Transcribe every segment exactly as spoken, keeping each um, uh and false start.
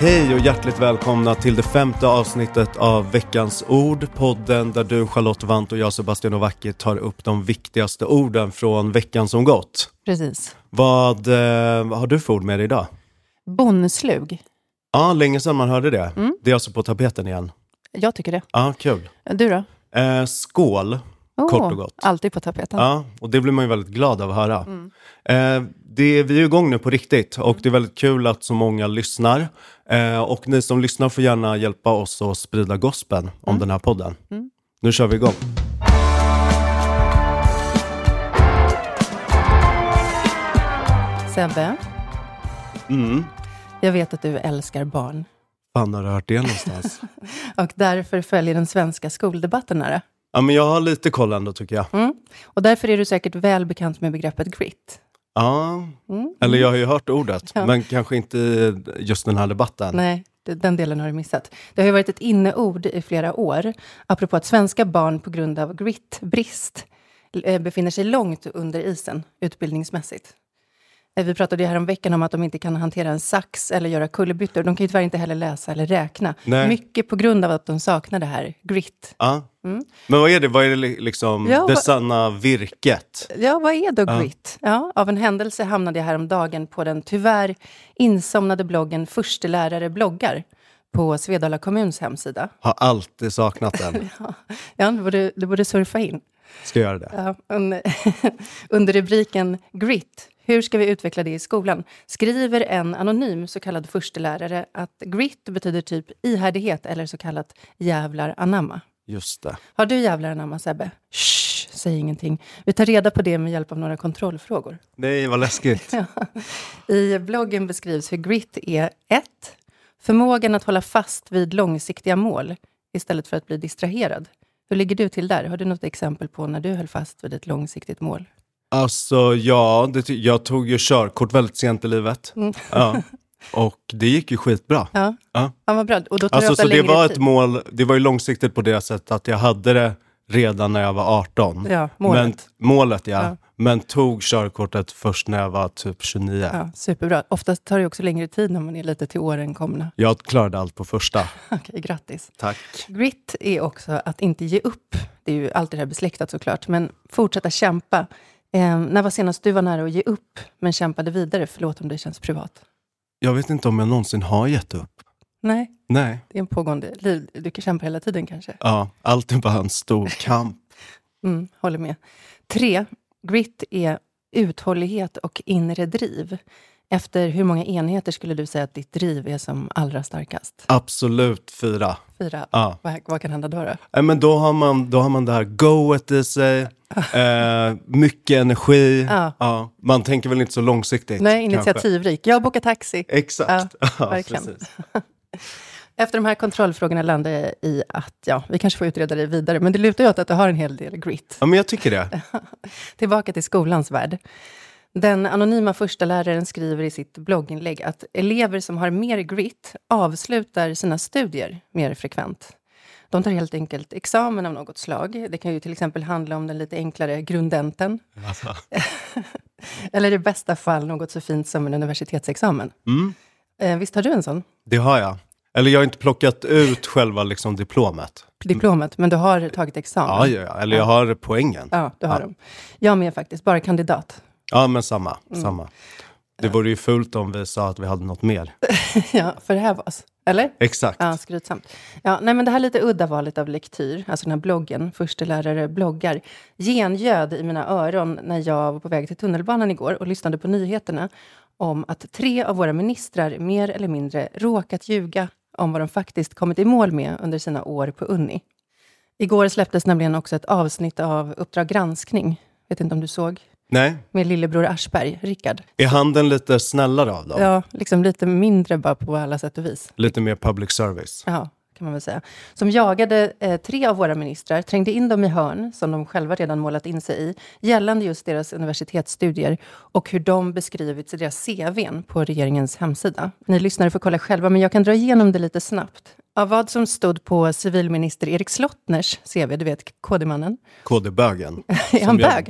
Hej och hjärtligt välkomna till det femte avsnittet av Veckans ord, podden där du, Charlotte Wandt och jag, Sebastian Novacki, tar upp de viktigaste orden från veckan som gått. Precis. Vad, eh, vad har du för ord med dig idag? Bonneslug. Ja, länge sedan man hörde det. Mm. Det är alltså på tapeten igen. Jag tycker det. Ja, kul. Du då? Eh, skål, Oh, kort och gott. Alltid på tapeten. Ja, och det blir man ju väldigt glad av att höra. Mm. Eh, det, vi är igång nu på riktigt och det är väldigt kul att så många lyssnar. Eh, och ni som lyssnar får gärna hjälpa oss att sprida gospeln om Mm. den här podden. Mm. Nu kör vi igång. Sebbe, Mm. jag vet att du älskar barn. Fan, har du hört det någonstans? Och därför följer den svenska skoldebatten nära. Ja, men jag har lite koll ändå, tycker jag. Mm. Och därför är du säkert väl bekant med begreppet grit. Ja, Mm. eller jag har ju hört ordet, Ja. men kanske inte i just den här debatten. Nej, det- den delen har du missat. Det har ju varit ett inneord i flera år. Apropå att svenska barn på grund av gritbrist eh, befinner sig långt under isen utbildningsmässigt. Eh, Vi pratade ju här om veckan om att de inte kan hantera en sax eller göra kullerbyttor. De kan ju tyvärr inte heller läsa eller räkna. Nej. Mycket på grund av att de saknar det här grit. Ja. Mm. Men vad är det? Vad är det li- liksom Ja, det vad- sanna virket? Ja, vad är då Ja. grit? Ja, av en händelse hamnade jag häromdagen på den tyvärr insomnade bloggen Förstelärare bloggar på Svedala kommuns hemsida. Har alltid saknat den. Ja, du borde, du borde surfa in. Ska jag göra det? Ja, under, under rubriken Grit, hur ska vi utveckla det i skolan? Skriver en anonym så kallad förstelärare att grit betyder typ ihärdighet eller så kallat jävlar anamma. Just det. Har du jävlar anamma, Sebbe? Shh, säg ingenting. Vi tar reda på det med hjälp av några kontrollfrågor. Nej, vad läskigt. I bloggen beskrivs hur grit är ett. Förmågan att hålla fast vid långsiktiga mål istället för att bli distraherad. Hur ligger du till där? Har du något exempel på när du höll fast vid ett långsiktigt mål? Alltså, ja, det, ty- jag tog ju körkort väldigt sent i livet. Mm. Ja. Och det gick ju skitbra. Ja, Ja. ja vad bra. Och då tar Alltså, det ofta så det längre var tid. ett mål, det var ju långsiktigt på det sättet att jag hade det redan när jag var arton. Ja, målet. Men, målet, ja. Ja. Men tog körkortet först när jag var typ tjugonio. Ja, superbra. Oftast tar det också längre tid när man är lite till åren komna. Jag klarade allt på första. Okej, grattis. Tack. Grit är också att inte ge upp. Det är ju alltid det här besläktat såklart. Men fortsätta kämpa. Eh, när var senast du var nära att ge upp men kämpade vidare? Förlåt om det känns privat. Jag vet inte om jag någonsin har gett upp. Nej, Nej. det är en pågående liv. Du kan kämpa hela tiden kanske. Ja, allt är bara en stor kamp. Mm, håller med. Tre, grit är uthållighet och inre driv. Efter hur många enheter skulle du säga att ditt driv är som allra starkast? Absolut fyra. Fyra. Ja. Vad, vad kan hända då? då? Nej, men då har man, då har man det här goet i sig. Eh, mycket energi. Ja. Ja. Man tänker väl inte så långsiktigt. Nej, kanske. initiativrik. Jag bokar taxi. Exakt. Ja, verkligen. precis. Efter de här kontrollfrågorna landar jag i att, ja, vi kanske får utreda det vidare. Men det lutar ju åt att du har en hel del grit. Ja, men jag tycker det. Tillbaka till skolans värld. Den anonyma första läraren skriver i sitt blogginlägg att elever som har mer grit avslutar sina studier mer frekvent. De tar helt enkelt examen av något slag. Det kan ju till exempel handla om den lite enklare grundenten. Alltså. Eller i bästa fall något så fint som en universitetsexamen. Mm, Eh, visst har du en sån? det har jag. Eller jag har inte plockat ut själva liksom, diplomet. Diplomet, men du har tagit examen. Ja, ja, ja. Eller jag har poängen. Ja, du har Ja. dem. Jag med faktiskt, bara kandidat. Ja, men samma. Mm. samma. Det vore ju fullt om vi sa att vi hade något mer. Ja, för det här var oss. Eller? Exakt. Ja, skrytsamt. Ja, nej, men det här lite udda valet av lektyr, alltså den här bloggen, Förstelärare bloggar, gengöd i mina öron när jag var på väg till tunnelbanan igår och lyssnade på nyheterna om att tre av våra ministrar mer eller mindre råkat ljuga om vad de faktiskt kommit i mål med under sina år på Uni. Igår släpptes nämligen också ett avsnitt av Uppdrag granskning. Vet inte om du såg? Nej. Med lillebror Aschberg, Rickard. Är handen lite snällare av dem? Ja, liksom lite mindre bara på alla sätt och vis. Lite mer public service. Ja, kan man väl säga. Som jagade eh, tre av våra ministrar, trängde in dem i hörn som de själva redan målat in sig i, gällande just deras universitetsstudier och hur de beskrivits i deras C V:n på regeringens hemsida. Ni lyssnare får kolla själva, men jag kan dra igenom det lite snabbt. Av vad som stod på civilminister Erik Slottners C V, du vet, K D-mannen. K D-bögen. Är han Som jag- bög?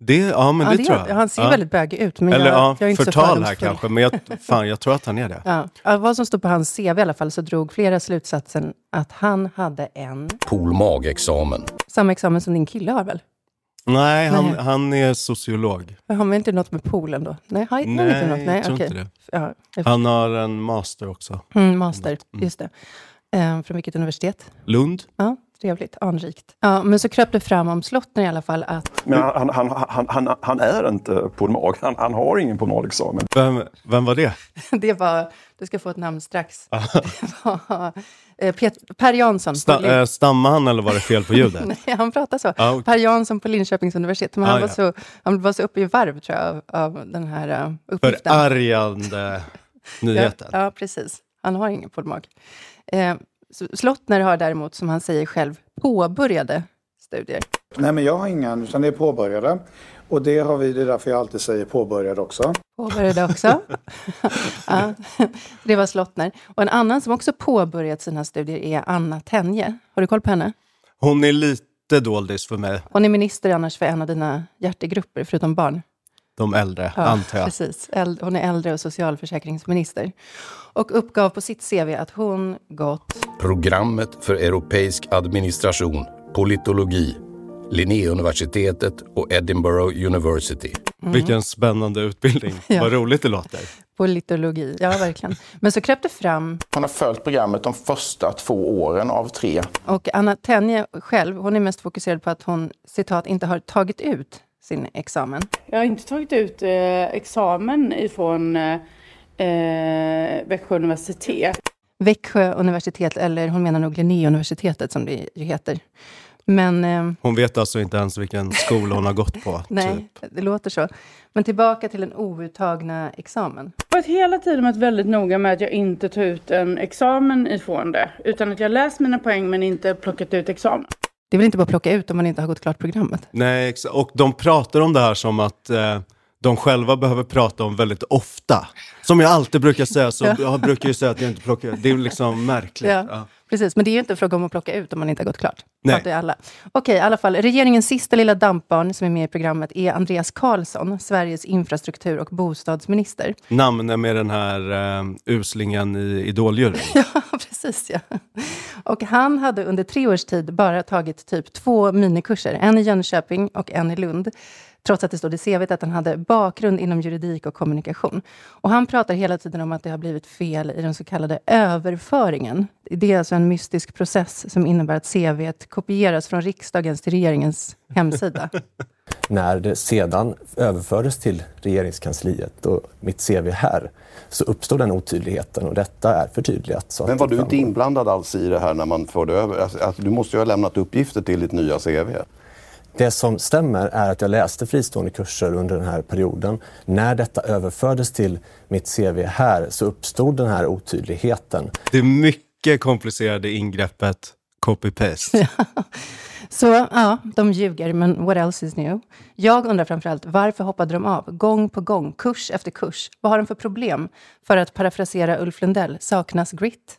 Det, ja, men ja, det, det tror jag. Han ser ja. väldigt bögig ut. Men Eller jag, ja, jag är inte förtal så här kanske. Men jag, fan, jag tror att han är det. Ja. Ja, vad som stod på hans C V i alla fall så drog flera slutsatsen att han hade en... Pol.mag.examen. Samma examen som din kille har väl? Nej, han, Nej. han är sociolog. Har man inte något med poolen då? Nej, har Nej, inte något? Nej, jag tror okej. inte det. Ja, jag... Han har en master också. Mm, master, Mm. just det. Eh, från vilket universitet? Lund. Ja, trevligt, anrikt. Ja, men så kröp det fram om Slottner i alla fall att... Men han, han, han, han, han är inte polmag. Han, han har ingen polmagexamen. Vem, vem var det? Det var, du ska få ett namn strax. Det var eh, Pet, Per Jansson. Sta, Lin- äh, stammade han eller var det fel på ljudet? Nej, han pratar så. Ah, okay. Per Jansson på Linköpings universitet. Men Ah, han, var ja. så, han var så uppe i varv tror jag av, av den här uh, uppgiften. Förargande nyheten. Ja, ja, precis. Han har ingen polmag. Eh, Slottner har däremot, som han säger själv, påbörjade studier. Nej, men jag har ingen, utan det är påbörjade. Och det har vi, det är därför jag alltid säger påbörjade också. Påbörjade också. Ja, det var Slottner. Och en annan som också påbörjat sina studier är Anna Tenje. Har du koll på henne? Hon är lite doldis för mig. Hon är minister annars för en av dina hjärtegrupper, förutom barn. De äldre, Ja, antar jag. Precis. Äld- Hon är äldre och socialförsäkringsminister. Och uppgav på sitt C V att hon gått... Programmet för europeisk administration, politologi, Linnéuniversitetet och Edinburgh University. Mm. Vilken spännande utbildning. Ja. Vad roligt det låter. Politologi, ja verkligen. Men så kröp det fram... Hon har följt programmet de första två åren av tre. Och Anna Tenje själv, hon är mest fokuserad på att hon, citat, inte har tagit ut sin examen. Jag har inte tagit ut eh, examen ifrån eh, Växjö universitet. Växjö universitet, eller hon menar nog Linnéuniversitetet som det ju heter. Men... Eh, Hon vet alltså inte ens vilken skola hon har gått på. nej, Typ. det låter så. Men tillbaka till den outtagna examen. Jag har varit hela tiden varit väldigt noga med att jag inte tar ut en examen ifrån det. Utan att jag läst mina poäng men inte plockat ut examen. Det är väl inte bara att plocka ut om man inte har gått klart programmet? Nej, exa- och de pratar om det här som att eh, de själva behöver prata om väldigt ofta. Som jag alltid brukar säga, så Ja. jag brukar ju säga att jag inte plockar ut. Det är liksom märkligt. Ja. Ja. Precis, men det är ju inte fråga om att plocka ut om man inte har gått klart. Nej. Pratar ju alla. Okej, i alla fall. Regeringens sista lilla dampbarn som är med i programmet är Andreas Karlsson, Sveriges infrastruktur- och bostadsminister. Namn med den här eh, uslingen i Idoljuryn. Ja, precis ja. Och han hade under tre års tid bara tagit typ två minikurser. En i Jönköping och en i Lund. Trots att det stod i C V:t att han hade bakgrund inom juridik och kommunikation. Och han pratar hela tiden om att det har blivit fel i den så kallade överföringen. Det är alltså en mystisk process som innebär att C V:t kopieras från riksdagens till regeringens hemsida. När det sedan överfördes till regeringskansliet och mitt C V här, så uppstod den otydligheten och detta är förtydligat. Så Men var att du det inte framgår. inblandad alls i det här när man förde över? Alltså, alltså, du måste ju ha lämnat uppgifter till ditt nya C V. Det som stämmer är att jag läste fristående kurser under den här perioden. När detta överfördes till mitt C V här så uppstod den här otydligheten. Det är mycket komplicerade ingreppet copy-paste. Så ja, de ljuger, men what else is new? Jag undrar framförallt, varför hoppade de av gång på gång, kurs efter kurs? Vad har de för problem? För att parafrasera Ulf Lundell, saknas grit.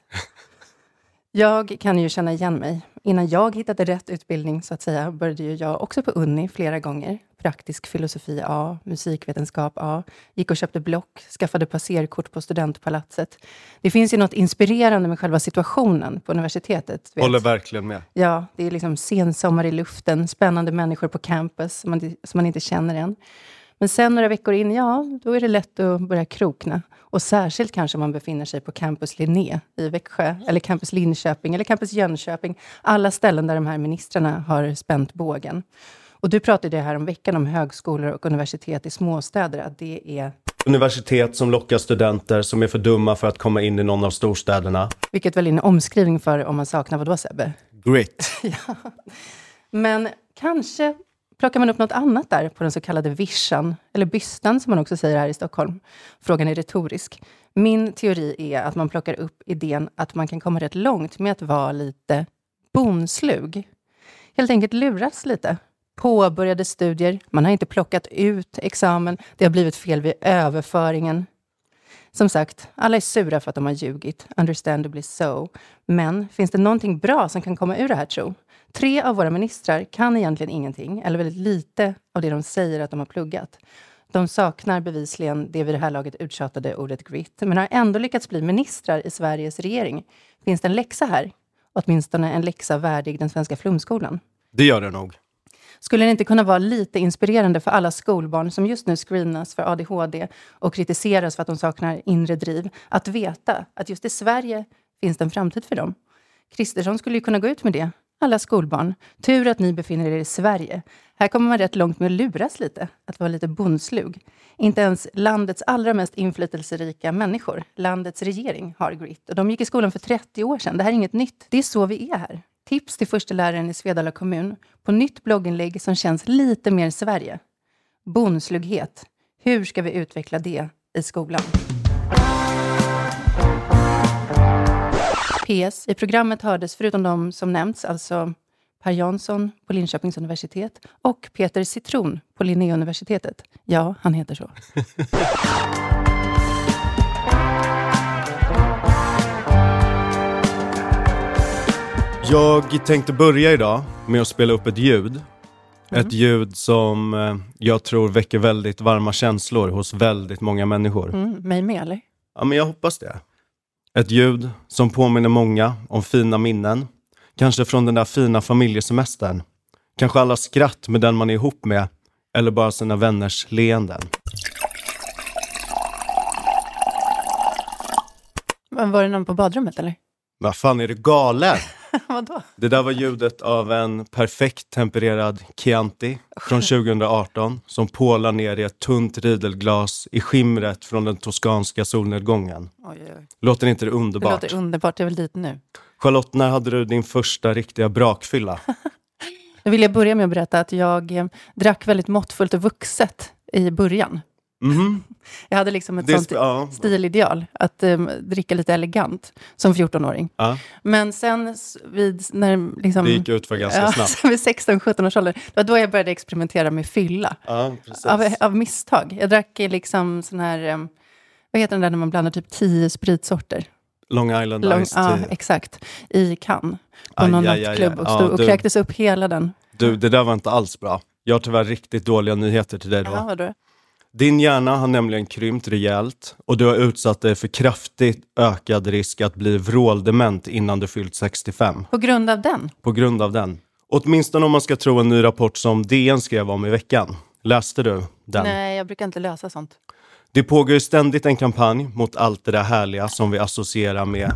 Jag kan ju känna igen mig. Innan jag hittade rätt utbildning så att säga började ju jag också på Uni flera gånger. Praktisk filosofi A, musikvetenskap A. Gick och köpte block, skaffade passerkort på studentpalatset. Det finns ju något inspirerande med själva situationen på universitetet. Vet. Håller verkligen med. Ja, det är liksom sensommar i luften, spännande människor på campus som man, som man inte känner än. Men sen några veckor in, ja, då är det lätt att börja krokna. Och särskilt kanske om man befinner sig på campus Linné i Växjö, eller campus Linköping, eller campus Jönköping. Alla ställen där de här ministrarna har spänt bågen. Och du pratade här om veckan om högskolor och universitet i småstäder, att det är... Universitet som lockar studenter som är för dumma för att komma in i någon av storstäderna. Vilket väl är en omskrivning för om man saknar vad då, Sebbe? Grit. Ja. Men kanske plockar man upp något annat där på den så kallade vischan, eller bystan som man också säger här i Stockholm. Frågan är retorisk. Min teori är att man plockar upp idén att man kan komma rätt långt med att vara lite bonslug. Helt enkelt luras lite. Påbörjade studier, man har inte plockat ut examen, det har blivit fel vid överföringen. Som sagt, alla är sura för att de har ljugit. Understandably so. Men finns det någonting bra som kan komma ur det här, tro? Tre av våra ministrar kan egentligen ingenting, eller väldigt lite av det de säger att de har pluggat. De saknar bevisligen det vid det här laget uttjatade ordet grit, men har ändå lyckats bli ministrar i Sveriges regering. Finns det en läxa här? Åtminstone en läxa värdig den svenska flumskolan. Det gör det nog. Skulle det inte kunna vara lite inspirerande för alla skolbarn som just nu screenas för A D H D och kritiseras för att de saknar inre driv, att veta att just i Sverige finns det en framtid för dem? Kristersson skulle ju kunna gå ut med det. Alla skolbarn, tur att ni befinner er i Sverige. Här kommer man rätt långt med att luras lite, att vara lite bondslug. Inte ens landets allra mest inflytelserika människor, landets regering, har grit. Och de gick i skolan för trettio år sedan. Det här är inget nytt. Det är så vi är här. Tips till första läraren i Svedala kommun på nytt blogginlägg som känns lite mer Sverige. Bondslughet. Hur ska vi utveckla det i skolan? P S. I programmet hördes förutom de som nämnts, alltså Per Jansson på Linköpings universitet och Peter Citron på Linnéuniversitetet. Ja, han heter så. Jag tänkte börja idag med att spela upp ett ljud. Mm. Ett ljud som jag tror väcker väldigt varma känslor hos väldigt många människor. Mm, mig med, eller? Ja, men jag hoppas det. Ett ljud som påminner många om fina minnen. Kanske från den där fina familjesemestern. Kanske alla skratt med den man är ihop med. Eller bara sina vänners leenden. Var det någon på badrummet, eller? Vad fan, är det galen? Vadå? Det där var ljudet av en perfekt tempererad Chianti från tjugo arton som pålar ner i ett tunt ridelglas i skimret från den toskanska solnedgången. Oj, oj. Låter inte det underbart? Det låter underbart, det är väl dit nu. Charlotte, när hade du din första riktiga brakfylla? Då vill jag börja med att berätta att jag eh, drack väldigt måttfullt och vuxet i början. Mm. Jag hade liksom ett det sånt sp- ja. stilideal att um, dricka lite elegant som fjortonåring. Ja. Men sen vid när liksom, det gick ut för ganska ja, snabbt. vid sexton sjutton års ålder, det var då jag började experimentera med fylla. Ja, precis. Av, av misstag. Jag drack liksom sån här, um, vad heter den där när man blandar typ tio spritsorter? Long Island Long, Ice Tea. Ja, exakt. I Cannes. På Aj, någon aj, nattklubb aj, och, aj. stod, Ja, och du, kräktes upp hela den. Du, det där var inte alls bra. Jag har tyvärr riktigt dåliga nyheter till dig då. Ja, vadå? Din hjärna har nämligen krympt rejält och du har utsatt dig för kraftigt ökad risk att bli vråldement innan du fyllt sextiofem. På grund av den? På grund av den. Åtminstone om man ska tro en ny rapport som D N skrev om i veckan. Läste du den? Nej, jag brukar inte läsa sånt. Det pågår ju ständigt en kampanj mot allt det där härliga som vi associerar med.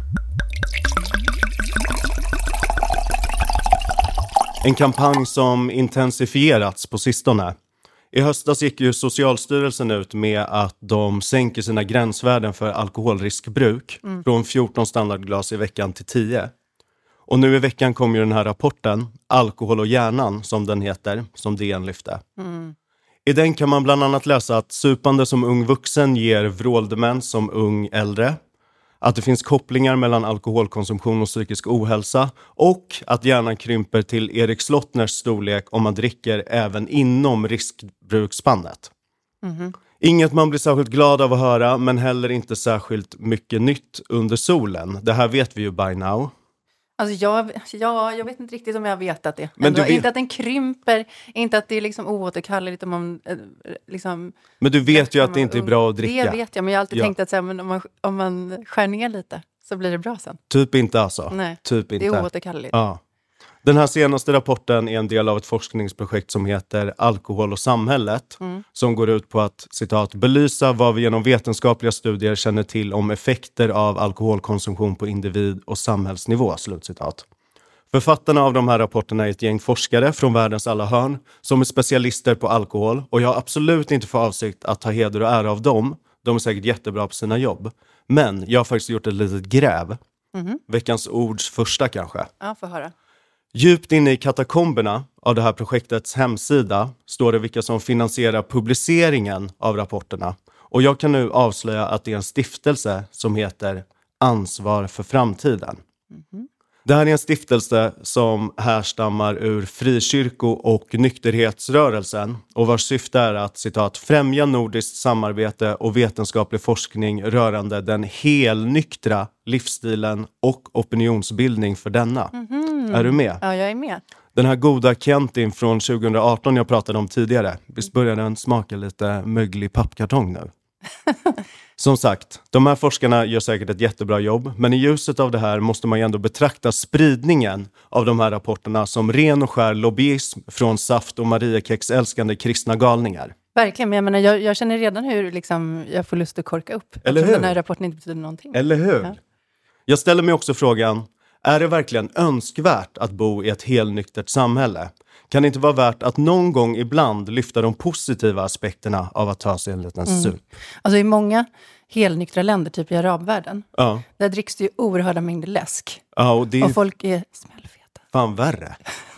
En kampanj som intensifierats på sistone. I höstas gick ju Socialstyrelsen ut med att de sänker sina gränsvärden för alkoholriskbruk mm. från fjorton standardglas i veckan till tio. Och nu i veckan kom ju den här rapporten, Alkohol och hjärnan, som den heter, som D N lyfte. Mm. I den kan man bland annat läsa att supande som ung vuxen ger vråldemens som ung äldre. Att det finns kopplingar mellan alkoholkonsumtion och psykisk ohälsa. Och att hjärnan krymper till Erik Slottners storlek om man dricker även inom riskbruksspannet. Mm-hmm. Inget man blir särskilt glad av att höra, men heller inte särskilt mycket nytt under solen. Det här vet vi ju by now. Alltså jag, ja, jag vet inte riktigt om jag vet att det. Men du vet... Inte att den krymper, inte att det är liksom oåterkalleligt om man liksom... Men du vet ju att det inte är bra att dricka. Det vet jag, men jag har alltid ja. tänkt att så här, men om, man, om man skär ner lite så blir det bra sen. Typ inte alltså. Nej, typ inte. Det är oåterkalleligt. Ja. Den här senaste rapporten är en del av ett forskningsprojekt som heter Alkohol och samhället. Mm. Som går ut på att, citat, belysa vad vi genom vetenskapliga studier känner till om effekter av alkoholkonsumtion på individ- och samhällsnivå, slutcitat. Författarna av de här rapporterna är ett gäng forskare från världens alla hörn som är specialister på alkohol. Och jag har absolut inte för avsikt att ta heder och ära av dem. De är säkert jättebra på sina jobb. Men jag har faktiskt gjort ett litet gräv. Mm. Veckans ords första kanske. Ja, får höra. Djupt inne i katakomberna av det här projektets hemsida står det vilka som finansierar publiceringen av rapporterna. Och jag kan nu avslöja att det är en stiftelse som heter Ansvar för framtiden. Mm-hmm. Det här är en stiftelse som härstammar ur frikyrko- och nykterhetsrörelsen och vars syfte är att, citat, främja nordiskt samarbete och vetenskaplig forskning rörande den helnyktra livsstilen och opinionsbildning för denna. Mm-hmm. Är du med? Ja, jag är med. Den här goda Kentin från tjugo arton jag pratade om tidigare. Visst börjar den smaka lite möglig pappkartong nu? Som sagt, de här forskarna gör säkert ett jättebra jobb, men i ljuset av det här måste man ju ändå betrakta spridningen av de här rapporterna som ren och skär lobbyism från Saft och Mariekex älskande kristna galningar. Verkligen, men jag, menar, jag, jag känner redan hur liksom, jag får lust att korka upp. Eller hur? Den här rapporten inte betyder någonting. Eller hur? Ja. Jag ställer mig också frågan, är det verkligen önskvärt att bo i ett helnyktert samhälle? Kan det inte vara värt att någon gång ibland lyfta de positiva aspekterna av att ta sig en liten mm. sup? Alltså i många helnyktra länder, typ i arabvärlden, ja. där dricks det ju oerhörda mängder läsk. Ja, och, det är... och folk är smällfeta. Fan värre.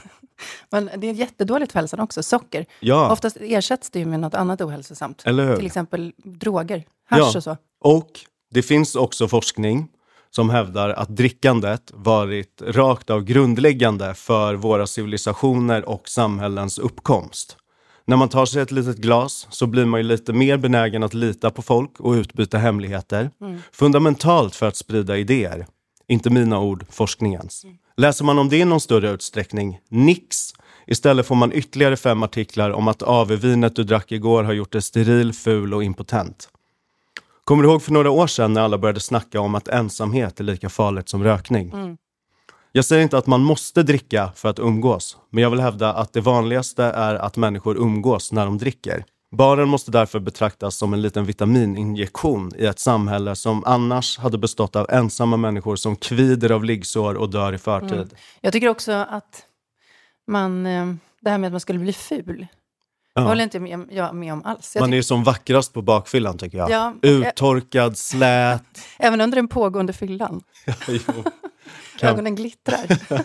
Men det är jättedåligt för hälsan också, socker. Ja. Oftast ersätts det ju med något annat ohälsosamt. Eller hur? Till exempel droger, hasch ja. och så. Och det finns också forskning som hävdar att drickandet varit rakt av grundläggande för våra civilisationer och samhällens uppkomst. När man tar sig ett litet glas så blir man ju lite mer benägen att lita på folk och utbyta hemligheter. Mm. Fundamentalt för att sprida idéer. Inte mina ord, forskningens. Mm. Läser man om det i någon större utsträckning, nix. Istället får man ytterligare fem artiklar om att A V-vinet du drack igår har gjort dig steril, ful och impotent. Kommer du ihåg för några år sedan när alla började snacka om att ensamhet är lika farligt som rökning? Mm. Jag säger inte att man måste dricka för att umgås, men jag vill hävda att det vanligaste är att människor umgås när de dricker. Baren måste därför betraktas som en liten vitamininjektion i ett samhälle som annars hade bestått av ensamma människor som kvider av liggsår och dör i förtid. Mm. Jag tycker också att man, det här med att man skulle bli ful, ja. jag håller inte med, jag, med om alls. Jag man tycker... är ju som vackrast på bakfyllan tycker jag. Ja, uttorkad, slät. Även under den pågående fyllan. Ja, jo. Kan... Ögonen glittrar.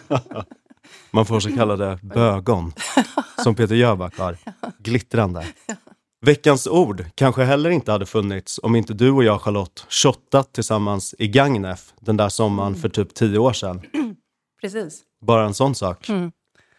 Man får så kallade bögon. Som Peter Jöback har. Glittrande. Veckans ord kanske heller inte hade funnits om inte du och jag, Charlotte, shottat tillsammans i Gagnef den där sommaren mm. för typ tio år sedan. Precis. Bara en sån sak. Mm.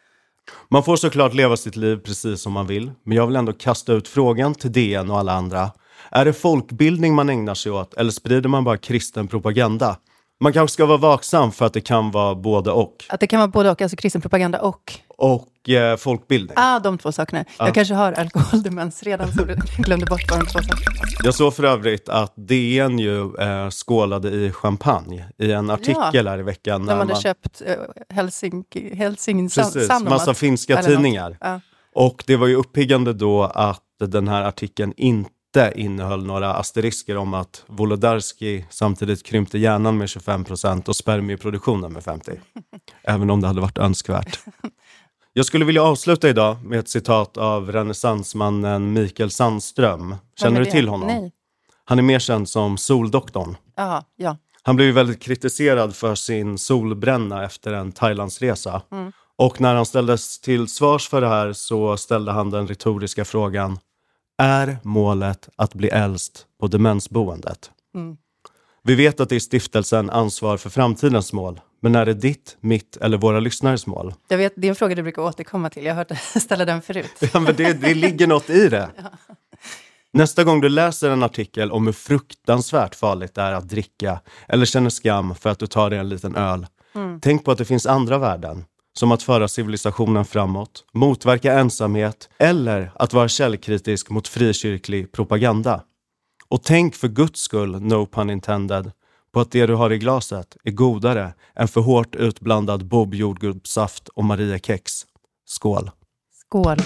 Man får såklart leva sitt liv precis som man vill, men jag vill ändå kasta ut frågan till D N och alla andra. Är det folkbildning man ägnar sig åt eller sprider man bara kristen propaganda? Man kanske ska vara vaksam för att det kan vara både och. Att det kan vara både och, alltså kristen propaganda och... Och eh, folkbildning. Ah, de två sakerna. Ah. Jag kanske har alkoholdemens redan så jag glömde bort vad de två sakerna. Jag såg för övrigt att D N ju eh, skålade i champagne i en artikel ja. här i veckan. När de hade man... köpt eh, Helsinki, Helsing Precis, Sanomat. massa finska tidningar. Ah. Och det var ju uppiggande då att den här artikeln inte innehöll några asterisker om att Wolodarski samtidigt krympte hjärnan med tjugofem procent och spermieproduktionen med femtio. Även om det hade varit önskvärt. Jag skulle vilja avsluta idag med ett citat av renässansmannen Mikael Sandström. Känner du till honom? Nej. Han är mer känd som Soldoktorn. Aha, ja. Han blev ju väldigt kritiserad för sin solbränna efter en Thailandsresa. Mm. Och när han ställdes till svars för det här så ställde han den retoriska frågan: är målet att bli äldst på demensboendet? Mm. Vi vet att det är stiftelsen ansvar för framtidens mål. Men är det ditt, mitt eller våra lyssnares mål? Jag vet, det är en fråga du brukar återkomma till. Jag har hört dig ställa den förut. Ja, men det, det ligger något i det. Ja. Nästa gång du läser en artikel om hur fruktansvärt farligt det är att dricka eller känner skam för att du tar dig en liten öl. Mm. Tänk på att det finns andra värden. Som att föra civilisationen framåt, motverka ensamhet eller att vara källkritisk mot frikyrklig propaganda. Och tänk för Guds skull, no pun intended, på att det du har i glaset är godare än för hårt utblandad Bob jordgubbssaft och Mariekex. Skål! Skål!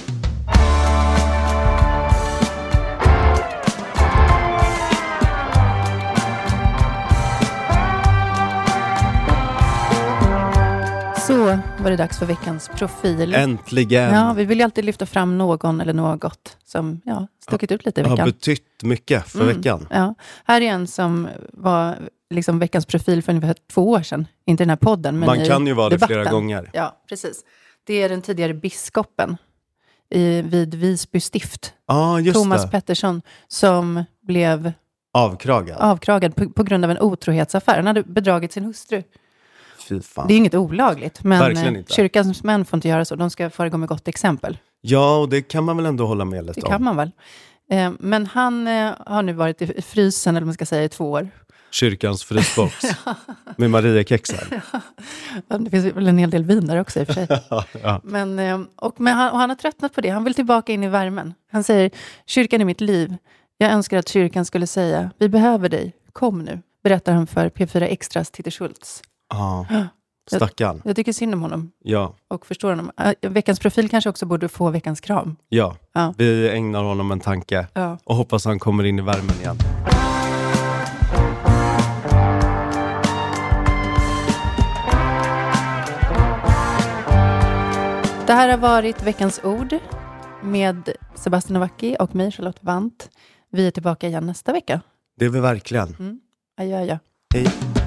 Så var det dags för veckans profil. Äntligen! Ja, vi vill ju alltid lyfta fram någon eller något som ja, stuckit ut lite i veckan. Har betytt mycket för mm, veckan. Ja. Här är en som var liksom veckans profil för ungefär två år sedan. Inte den här podden, men man kan ju vara debatten. det flera gånger. Ja, precis. Det är den tidigare biskopen i, vid Visby stift. Ah, just Thomas det. Pettersson som blev avkragad, avkragad på, på grund av en otrohetsaffär. Han hade bedragit sin hustru. fy fan. Det är inget olagligt, men Verkligen inte. Kyrkans män får inte göra så. De ska föregå med gott exempel. Ja, och det kan man väl ändå hålla med lite Det om. kan man väl. Eh, men han eh, har nu varit i frysen, eller man ska säga, i två år. Kyrkans frysbox. Med Mariekexar. Ja, det finns väl en hel del vin där också i och för sig. ja. Men, eh, och, men han, och han har tröttnat på det. Han vill tillbaka in i värmen. Han säger, kyrkan är mitt liv. Jag önskar att kyrkan skulle säga, vi behöver dig. Kom nu, berättar han för P fyra Extras Titti Schultz. Ja, stackarn. Jag, jag tycker synd om honom. Ja. Och förstår honom. Äh, veckans profil kanske också borde få veckans kram. Ja, ja. Vi ägnar honom en tanke. Ja. Och hoppas han kommer in i värmen igen. Det här har varit veckans ord med Sebastian Novacki och mig, Charlotte Wandt. Vi är tillbaka igen nästa vecka. Det är vi verkligen. Mm. Adjö, adjö. Hej.